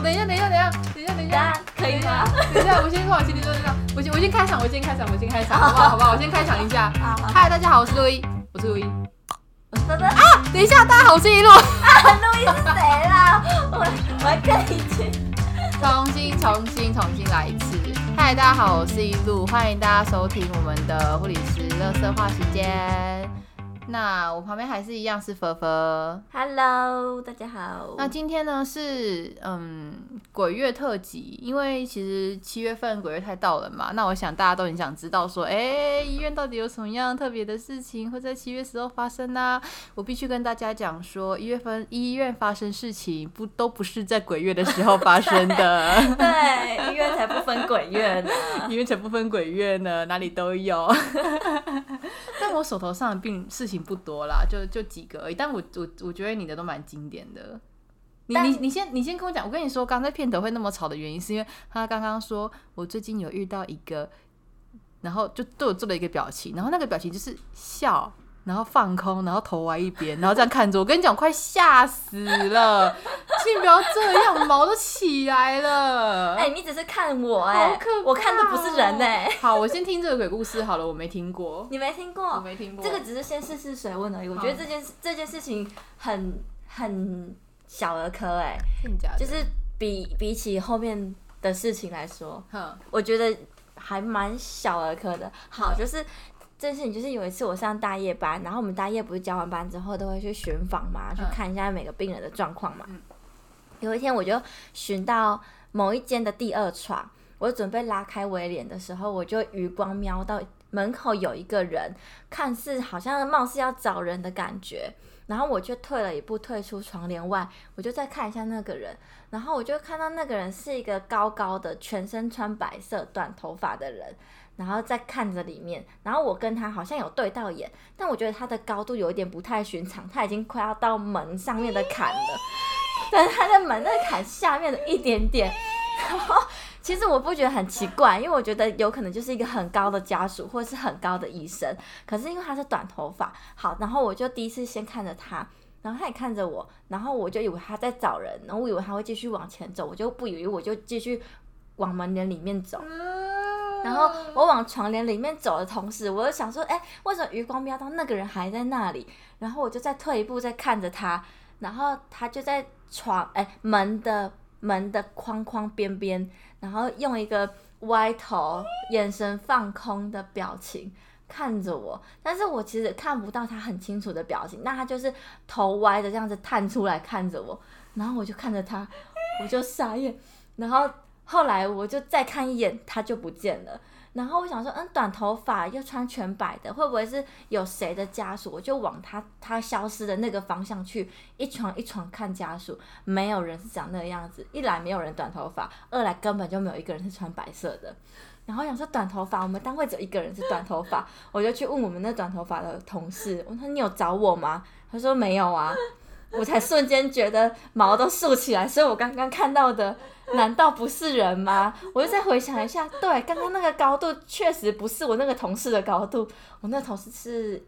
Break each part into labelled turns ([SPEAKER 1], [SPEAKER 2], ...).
[SPEAKER 1] 等一下，
[SPEAKER 2] 可以吗？
[SPEAKER 1] 等一下，我先说好心理论上，我先开场，好不好？我先开场一下。嗨，大家好，我是路易，
[SPEAKER 2] 我是芬芬
[SPEAKER 1] 啊，等一下，大家好，我是一路。
[SPEAKER 2] 路易是谁啦？我要跟你去。
[SPEAKER 1] 重新来一次。嗨，大家好，我是一路，欢迎大家收听我们的护理师垃圾话时间。那我旁边还是一样是佛佛
[SPEAKER 2] ，Hello， 大家好。
[SPEAKER 1] 那今天呢是鬼月特辑，因为其实7月份鬼月太到了嘛，那我想大家都很想知道说，医院到底有什么样特别的事情会在7月时候发生呢？我必须跟大家讲说，医院发生事情都不是在鬼月的时候发生的。
[SPEAKER 2] 对，医院才不分鬼月呢，
[SPEAKER 1] 医院才不分鬼月呢，哪里都有。但我手头上的事情不多啦，就几个而已。但我觉得你的都蛮经典的。你先跟我讲，我跟你说，刚才片头会那么吵的原因，是因为他刚刚说我最近有遇到一个，然后就对我做了一个表情，然后那个表情就是笑，然后放空，然后头歪一边，然后这样看着我。跟你讲，快吓死了！请不要这样，毛都起来了。
[SPEAKER 2] 你只是看我
[SPEAKER 1] 好可怕哦，
[SPEAKER 2] 我看的不是人
[SPEAKER 1] 好，我先听这个鬼故事好了，我没听过。
[SPEAKER 2] 你没听过？
[SPEAKER 1] 我没听过。
[SPEAKER 2] 这个只是先试水温而已。我觉得这件事情很小儿科就是比起后面的事情来说，我觉得还蛮小儿科的。好，就是这件事情，就是有一次我上大夜班，然后我们大夜不是交完班之后都会去巡访嘛，去看一下每个病人的状况嘛。有一天我就巡到某一间的第2床，我准备拉开围帘的时候，我就余光瞄到门口有一个人，看似好像貌似要找人的感觉，然后我就退了一步，退出床帘外，我就再看一下那个人，然后我就看到那个人是一个高高的，全身穿白色短头发的人，然后再看着里面，然后我跟他好像有对到眼，但我觉得他的高度有一点不太寻常，他已经快要到门上面的坎了，但是他在门的坎下面的一点点，然后其实我不觉得很奇怪，因为我觉得有可能就是一个很高的家属或是很高的医生，可是因为他是短头发，好，然后我就第一次先看着他，然后他也看着我，然后我就以为他在找人，然后我以为他会继续往前走，我就不以为，我就继续往门帘里面走。然后我往床帘里面走的同时，我就想说，为什么余光瞄到那个人还在那里？然后我就再退一步，再看着他，然后他就在门的框边边，然后用一个歪头、眼神放空的表情看着我，但是我其实看不到他很清楚的表情，那他就是头歪的这样子探出来看着我，然后我就看着他，我就傻眼，然后后来我就再看一眼，他就不见了。然后我想说，短头发又穿全白的，会不会是有谁的家属？我就往他消失的那个方向去，一床一床看家属，没有人是长那个样子。一来没有人短头发，二来根本就没有一个人是穿白色的。然后想说短头发，我们单位只有一个人是短头发，我就去问我们那短头发的同事，我说你有找我吗？他说没有啊。我才瞬间觉得毛都竖起来，所以我刚刚看到的难道不是人吗？我就再回想一下，对，刚刚那个高度确实不是我那个同事的高度，我那个同事是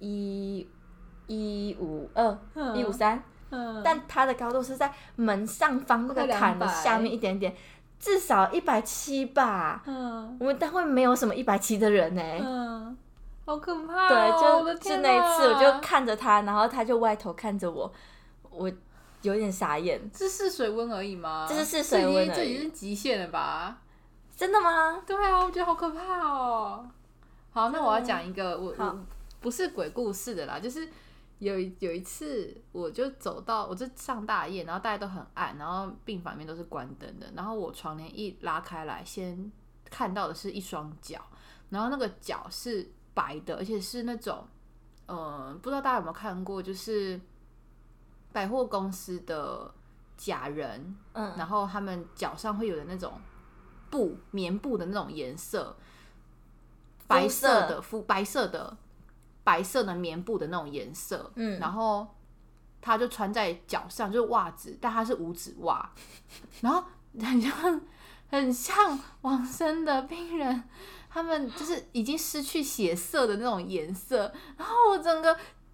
[SPEAKER 2] 152、153，但他的高度是在门上方那个坎的下面一点点，至少170吧。我们单位没有什么170的人
[SPEAKER 1] 好可怕
[SPEAKER 2] 对，就那一次，我就看着他，然后他就歪头看着我。我有点傻眼，
[SPEAKER 1] 这是水温而已吗？
[SPEAKER 2] 这是试水温而已，
[SPEAKER 1] 这已经是极限了吧？
[SPEAKER 2] 真的吗？
[SPEAKER 1] 对啊，我觉得好可怕哦。好，那我要讲一个我不是鬼故事的啦，就是有一次我就上大夜，然后大家都很暗，然后病房里面都是关灯的，然后我床帘一拉开来，先看到的是一双脚，然后那个脚是白的，而且是那种不知道大家有没有看过，就是百货公司的假人，然后他们脚上会有的那种棉布的那种颜色，白色的棉布的那种颜色，然后他就穿在脚上，就是袜子，但它是五指袜，然后很像往生的病人，他们就是已经失去血色的那种颜色，然后我整个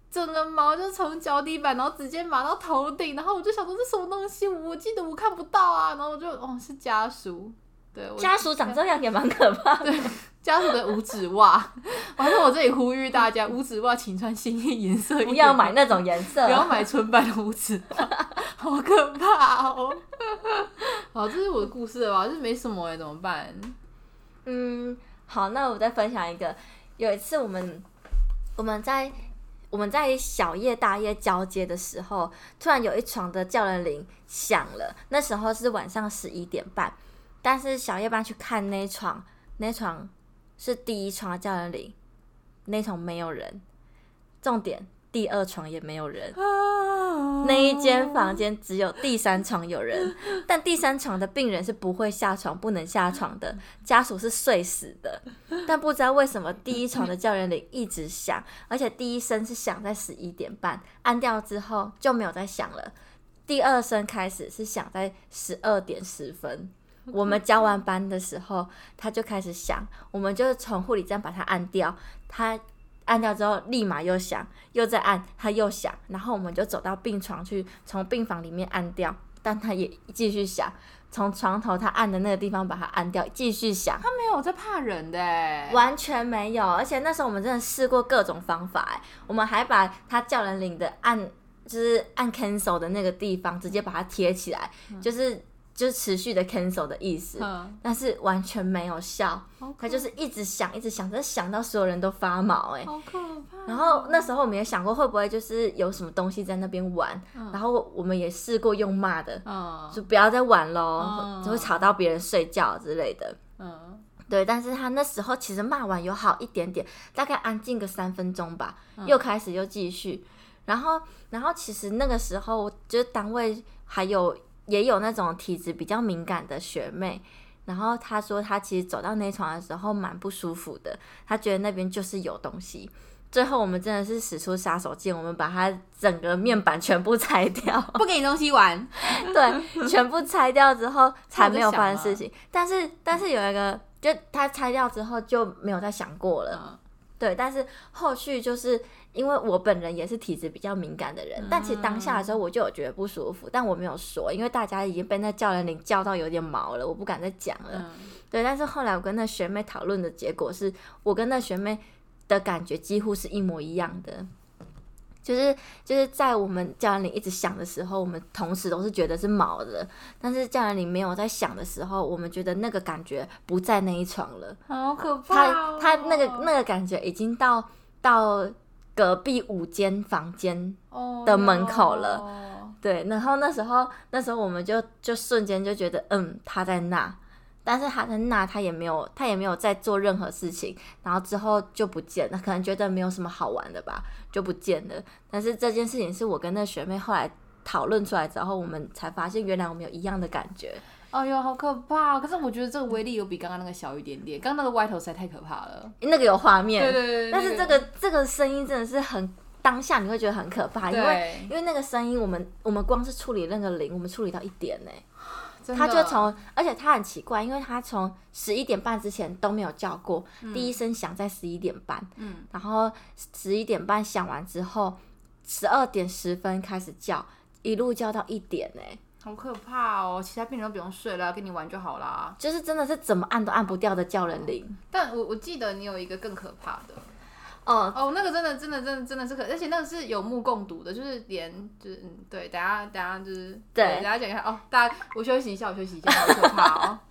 [SPEAKER 1] 整个毛就从脚底板，然后直接麻到头顶，然后我就想说这什么东西，我记得我看不到啊，然后我就是家属，对，
[SPEAKER 2] 家属长这样也蛮可怕的，
[SPEAKER 1] 对，家属的五指袜，反正我这里呼吁大家，五指袜请穿鲜艳颜色，
[SPEAKER 2] 不要买那种颜色，
[SPEAKER 1] 不要买纯白的五指袜，好可怕哦。好，这是我的故事了吧？这没什么怎么办？
[SPEAKER 2] 好，那我再分享一个。有一次我们在小夜大夜交接的时候，突然有一床的叫人铃响了。那时候是晚上11点半，但是小夜班去看那床是第一床的叫人铃，那床没有人。重点，第二床也没有人。那一间房间只有第三床有人，但第三床的病人是不会下床、不能下床的，家属是睡死的。但不知道为什么第一床的叫人铃一直响，而且第一声是响在11点半，按掉之后就没有再响了。第二声开始是响在12点10分。我们交完班的时候，它就开始响，我们就从护理站把它按掉，它按掉之后立马又响，又再按它又响，然后我们就走到病床去，从病房里面按掉，但它也继续响，从床头它按的那个地方把它按掉，继续响。
[SPEAKER 1] 他没有在怕人的
[SPEAKER 2] 完全没有。而且那时候我们真的试过各种方法我们还把它叫人铃的就是按 cancel 的那个地方直接把它贴起来，就是持续的 cancel 的意思，但是完全没有效，它就是一直响一直响，但是响到所有人都发毛
[SPEAKER 1] 好可怕。
[SPEAKER 2] 然后那时候我们也想过会不会就是有什么东西在那边玩，然后我们也试过用骂的，就不要再玩咯，就会吵到别人睡觉之类的。对，但是他那时候其实骂完有好一点点，大概安静个3分钟吧，又开始又继续。然后其实那个时候就是单位也有那种体质比较敏感的学妹，然后她说她其实走到那床的时候蛮不舒服的，她觉得那边就是有东西。最后我们真的是使出杀手锏，我们把它整个面板全部拆掉，
[SPEAKER 1] 不给你东西玩。
[SPEAKER 2] 对，全部拆掉之后才没有发生事情。但是有一个，就它拆掉之后就没有再想过了。对，但是后续就是因为我本人也是体质比较敏感的人，但其实当下的时候我就有觉得不舒服，但我没有说，因为大家已经被那叫人铃叫到有点毛了，我不敢再讲了。对，但是后来我跟那学妹讨论的结果是，我跟那学妹的感觉几乎是一模一样的。就是在我们叫人铃一直响的时候，我们同时都是觉得是毛的，但是叫人铃没有在响的时候，我们觉得那个感觉不在那一床了。
[SPEAKER 1] 好可怕
[SPEAKER 2] 他那个感觉已经到隔壁5间房间的门口了。对，然后那时候我们就瞬间就觉得他在那。但是他在那，他也没有在做任何事情，然后之后就不见了，可能觉得没有什么好玩的吧，就不见了。但是这件事情是我跟那学妹后来讨论出来之后，我们才发现原来我们有一样的感觉。
[SPEAKER 1] 哎呦，好可怕！可是我觉得这个威力有比刚刚那个小一点点，刚刚那个歪头实在太可怕了。
[SPEAKER 2] 那个有画面，
[SPEAKER 1] 对，
[SPEAKER 2] 但是这个声音真的是很当下你会觉得很可怕，因为那个声音，我们光是处理那个铃，我们处理到1点他就而且他很奇怪，因为他从11点半之前都没有叫过，第一声响在11点半，然后11点半响完之后，12点10分开始叫，一路叫到1点
[SPEAKER 1] 好可怕哦！其他病人都不用睡了，跟你玩就好啦。
[SPEAKER 2] 就是真的是怎么按都按不掉的叫人铃。
[SPEAKER 1] 但我记得你有一个更可怕的。那个真的是而且那个是有目共睹的，就是对，等下就是对，等下讲一下大家我休息一下，好可怕哦。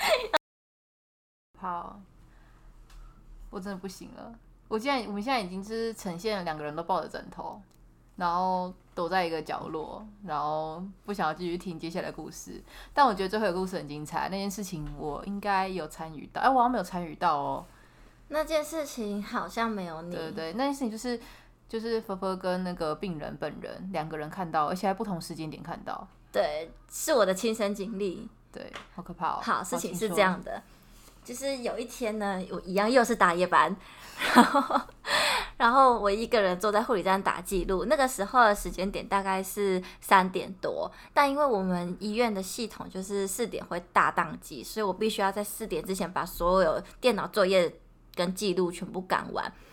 [SPEAKER 1] 好，我真的不行了。我们现在已经是呈现了2个人都抱着枕头，然后躲在一个角落，然后不想要继续听接下来的故事。但我觉得最后的故事很精彩，那件事情我应该有参与到，我好像没有参与到哦。
[SPEAKER 2] 那件事情好像没有你。
[SPEAKER 1] 对，那件事情就是芬芬跟那个病人本人2个人看到，而且在不同时间点看到。
[SPEAKER 2] 对，是我的亲身经历。
[SPEAKER 1] 对，好可怕哦。
[SPEAKER 2] 好，事情是这样的，就是有一天呢，我一样又是大夜班，然后我一个人坐在护理站打记录。那个时候的时间点大概是3点多，但因为我们医院的系统就是4点会大宕机，所以我必须要在4点之前把所有电脑作业跟记录全部赶完。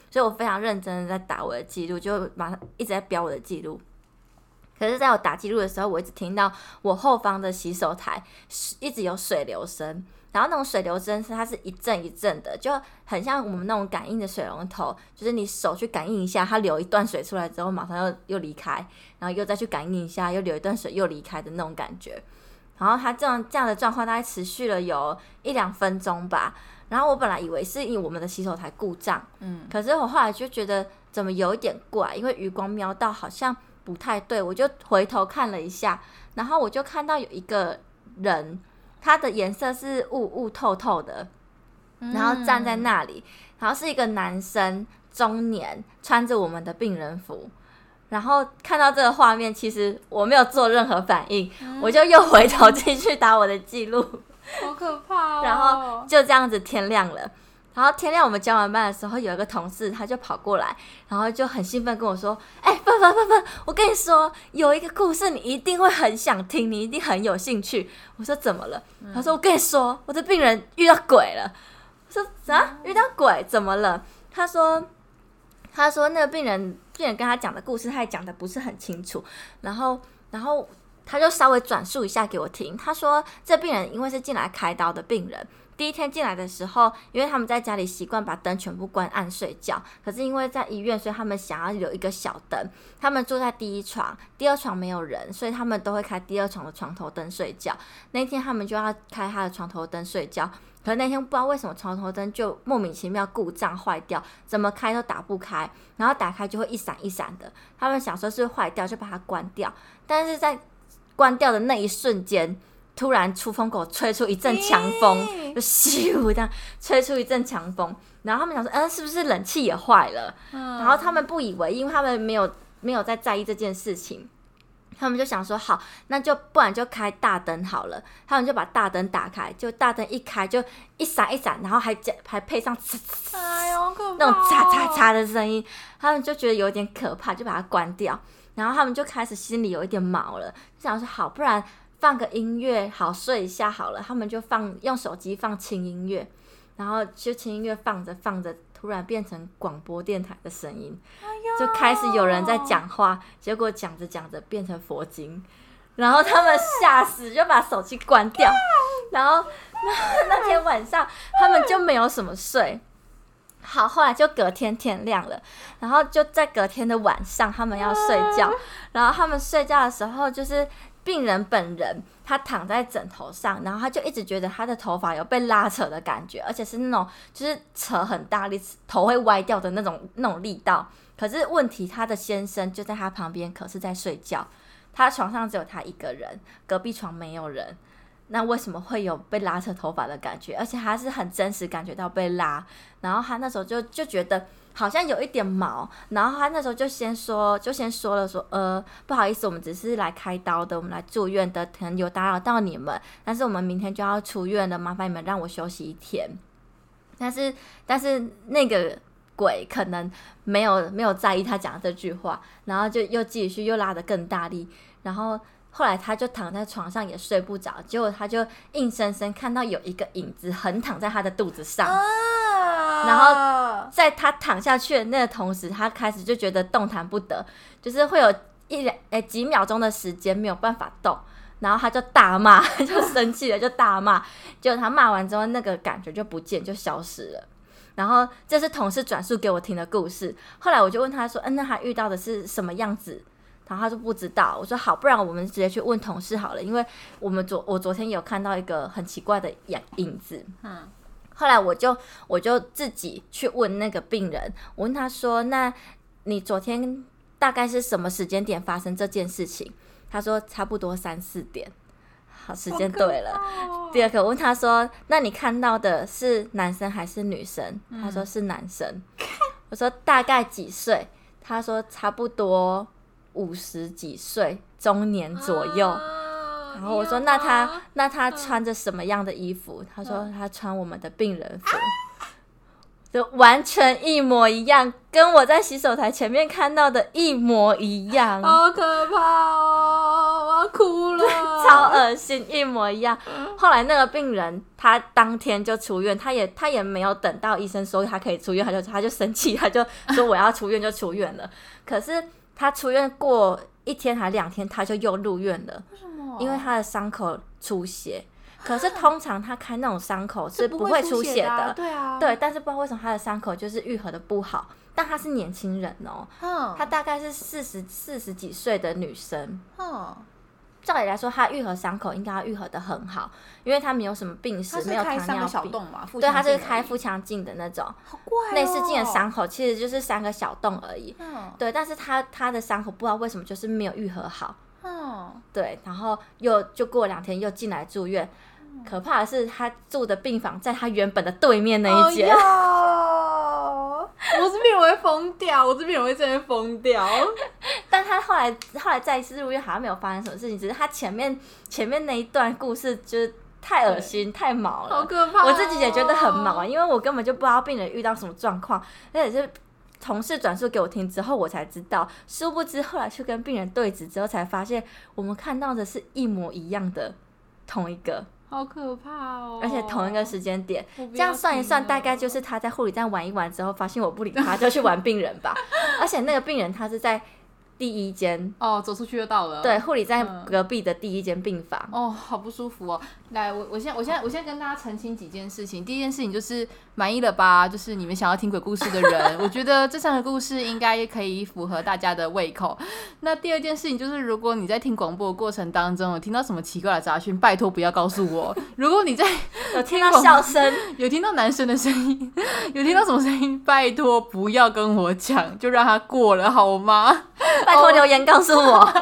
[SPEAKER 2] 所以我非常认真的在打我的记录，就马上一直在标我的记录。可是在我打记录的时候，我一直听到我后方的洗手台一直有水流声，然后那种水流声它是一阵一阵的，就很像我们那种感应的水龙头，就是你手去感应一下，它流一段水出来之后马上又离开，然后又再去感应一下，又流一段水又离开的那种感觉。然后它这样的状况大概持续了有1-2分钟吧。然后我本来以为是因为我们的洗手台故障，可是我后来就觉得怎么有一点怪，因为余光瞄到好像不太对，我就回头看了一下，然后我就看到有一个人，他的颜色是雾透透的，然后站在那里，然后是一个男生，中年，穿着我们的病人服。然后看到这个画面，其实我没有做任何反应，我就又回头继续打我的记录，
[SPEAKER 1] 好可怕哦。
[SPEAKER 2] 然后就这样子天亮了。然后天亮，我们交完班的时候，有一个同事他就跑过来，然后就很兴奋跟我说：“不，我跟你说，有一个故事你一定会很想听，你一定很有兴趣。”我说：“怎么了？”他说：“我跟你说，我的病人遇到鬼了。”我说：“啥？遇到鬼？怎么了？”他说那个病人跟他讲的故事，他也讲的不是很清楚，然后他就稍微转述一下给我听。他说这病人因为是进来开刀的病人，第一天进来的时候，因为他们在家里习惯把灯全部关暗睡觉，可是因为在医院，所以他们想要有一个小灯。他们住在第1床，第2床没有人，所以他们都会开第2床的床头灯睡觉。那天他们就要开他的床头灯睡觉，可是那天不知道为什么床头灯就莫名其妙故障坏掉，怎么开都打不开，然后打开就会一闪一闪的。他们想说是坏掉，就把它关掉，但是在关掉的那一瞬间，突然出风口吹出一阵强风，就咻这样吹出一阵强风，然后他们想说是不是冷气也坏了，然后他们不以为，因为他们没有在意这件事情，他们就想说好，那就不然就开大灯好了。他们就把大灯打开，就大灯一开就一闪一闪，然后还配上那种嚓嚓嚓的声音，他们就觉得有点可怕，就把它关掉。然后他们就开始心里有一点毛了，就想说好，不然放个音乐好睡一下好了。他们就用手机放轻音乐，然后就轻音乐放着放着，突然变成广播电台的声音，就开始有人在讲话，结果讲着讲着变成佛经，然后他们吓死，就把手机关掉。然后那天晚上他们就没有什么睡。好，后来就隔天天亮了，然后就在隔天的晚上他们要睡觉，然后他们睡觉的时候，就是病人本人他躺在枕头上，然后他就一直觉得他的头发有被拉扯的感觉，而且是那种就是扯很大力，头会歪掉的那种力道。可是问题他的先生就在他旁边，可是在睡觉，他床上只有他一个人，隔壁床没有人。那为什么会有被拉扯头发的感觉？而且他是很真实感觉到被拉，然后他那时候就觉得好像有一点毛，然后他那时候就先说了说不好意思，我们只是来开刀的，我们来住院的，可能有打扰到你们，但是我们明天就要出院了，麻烦你们让我休息1天。但是那个鬼可能没有在意他讲的这句话，然后就又继续又拉得更大力，然后后来他就躺在床上也睡不着，结果他就硬生生看到有一个影子横躺在他的肚子上，然后在他躺下去的那个同时，他开始就觉得动弹不得，就是会有几秒钟的时间没有办法动，然后他就大骂，就生气了就大骂，结果他骂完之后那个感觉就不见，就消失了。然后这是同事转述给我听的故事，后来我就问他说那他遇到的是什么样子，然后他说不知道。我说好，不然我们直接去问同事好了，因为我昨天有看到一个很奇怪的影子。后来我就自己去问那个病人，我问他说那你昨天大概是什么时间点发生这件事情？他说差不多3-4点。好，时间对了。第二个我问他说那你看到的是男生还是女生？他说是男生。我说大概几岁？他说差不多50几岁，中年左右。然后我说那他穿着什么样的衣服？他说他穿我们的病人服，就完全一模一样，跟我在洗手台前面看到的一模一样。
[SPEAKER 1] 好可怕哦，我要哭了，
[SPEAKER 2] 超恶心，一模一样。后来那个病人他当天就出院，他也没有等到医生说他可以出院，他就生气，他就说我要出院就出院了。可是他出院过1天还2天，他就又入院了。为什么？因为他的伤口出血。可是通常他开那种伤口是不会出血的，
[SPEAKER 1] 对啊，
[SPEAKER 2] 对。但是不知道为什么他的伤口就是愈合的不好。但他是年轻人哦，他大概是40几岁的女生。照理来说，他愈合伤口应该要愈合的很好，因为他没有什么病史，没有糖尿病。
[SPEAKER 1] 小洞嘛，
[SPEAKER 2] 对，他是开腹腔镜的那种，
[SPEAKER 1] 好怪哦。
[SPEAKER 2] 内视镜的伤口其实就是3个小洞而已。对，但是他的伤口不知道为什么就是没有愈合好。对，然后就过2天又进来住院。可怕的是，他住的病房在他原本的对面那一间。
[SPEAKER 1] 我这边人会疯掉，我这边人会真的疯掉。
[SPEAKER 2] 但他后来再一次入院，好像没有发生什么事情，只是他前面那一段故事就是太恶心、太毛了，
[SPEAKER 1] 好可怕。
[SPEAKER 2] 我自己也觉得很毛，因为我根本就不知道病人遇到什么状况，而且是同事转述给我听之后，我才知道。殊不知后来去跟病人对质之后，才发现我们看到的是一模一样的同一个。
[SPEAKER 1] 好可怕哦！
[SPEAKER 2] 而且同一个时间点，这样算一算，大概就是他在护理站玩一玩之后，发现我不理他，就去玩病人吧。而且那个病人他是在第1间
[SPEAKER 1] 走出去就到了。
[SPEAKER 2] 对，护理站隔壁的第1间病房。
[SPEAKER 1] 好不舒服哦。来，我现在跟大家澄清几件事情。第一件事情就是满意了吧？就是你们想要听鬼故事的人，我觉得这3个故事应该可以符合大家的胃口。那第二件事情就是，如果你在听广播的过程当中有听到什么奇怪的杂讯，拜托不要告诉我。如果你在
[SPEAKER 2] 有听到笑声，
[SPEAKER 1] 有听到男生的声音，有听到什么声音，拜托不要跟我讲，就让它过了好吗？
[SPEAKER 2] 拜托留言告诉我。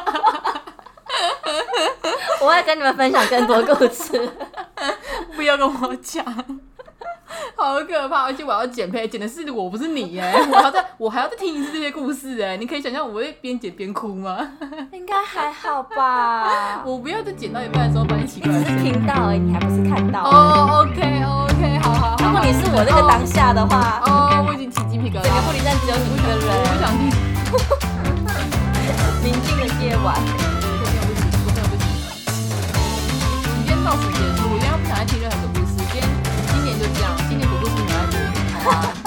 [SPEAKER 2] 我会跟你们分享更多故事。
[SPEAKER 1] 不要跟我讲，好可怕！而且我要剪配，剪的是我，不是你耶。我还要再听一次这些故事耶。你可以想象我会边剪边哭吗？
[SPEAKER 2] 应该还好吧。
[SPEAKER 1] 我不要在剪到一半的时候把你奇怪的声音。
[SPEAKER 2] 听到而已，你还不是看到。
[SPEAKER 1] OK， 好。
[SPEAKER 2] 如果你是我那个当下的话，
[SPEAKER 1] 我已经起鸡皮疙瘩。
[SPEAKER 2] 整个护理站只有你一个人，
[SPEAKER 1] 我不想听。
[SPEAKER 2] 宁静的夜晚。
[SPEAKER 1] 到此结束，我今天不想再听任何鬼故事。今年就这样，今年鬼故事你们来听，好吗？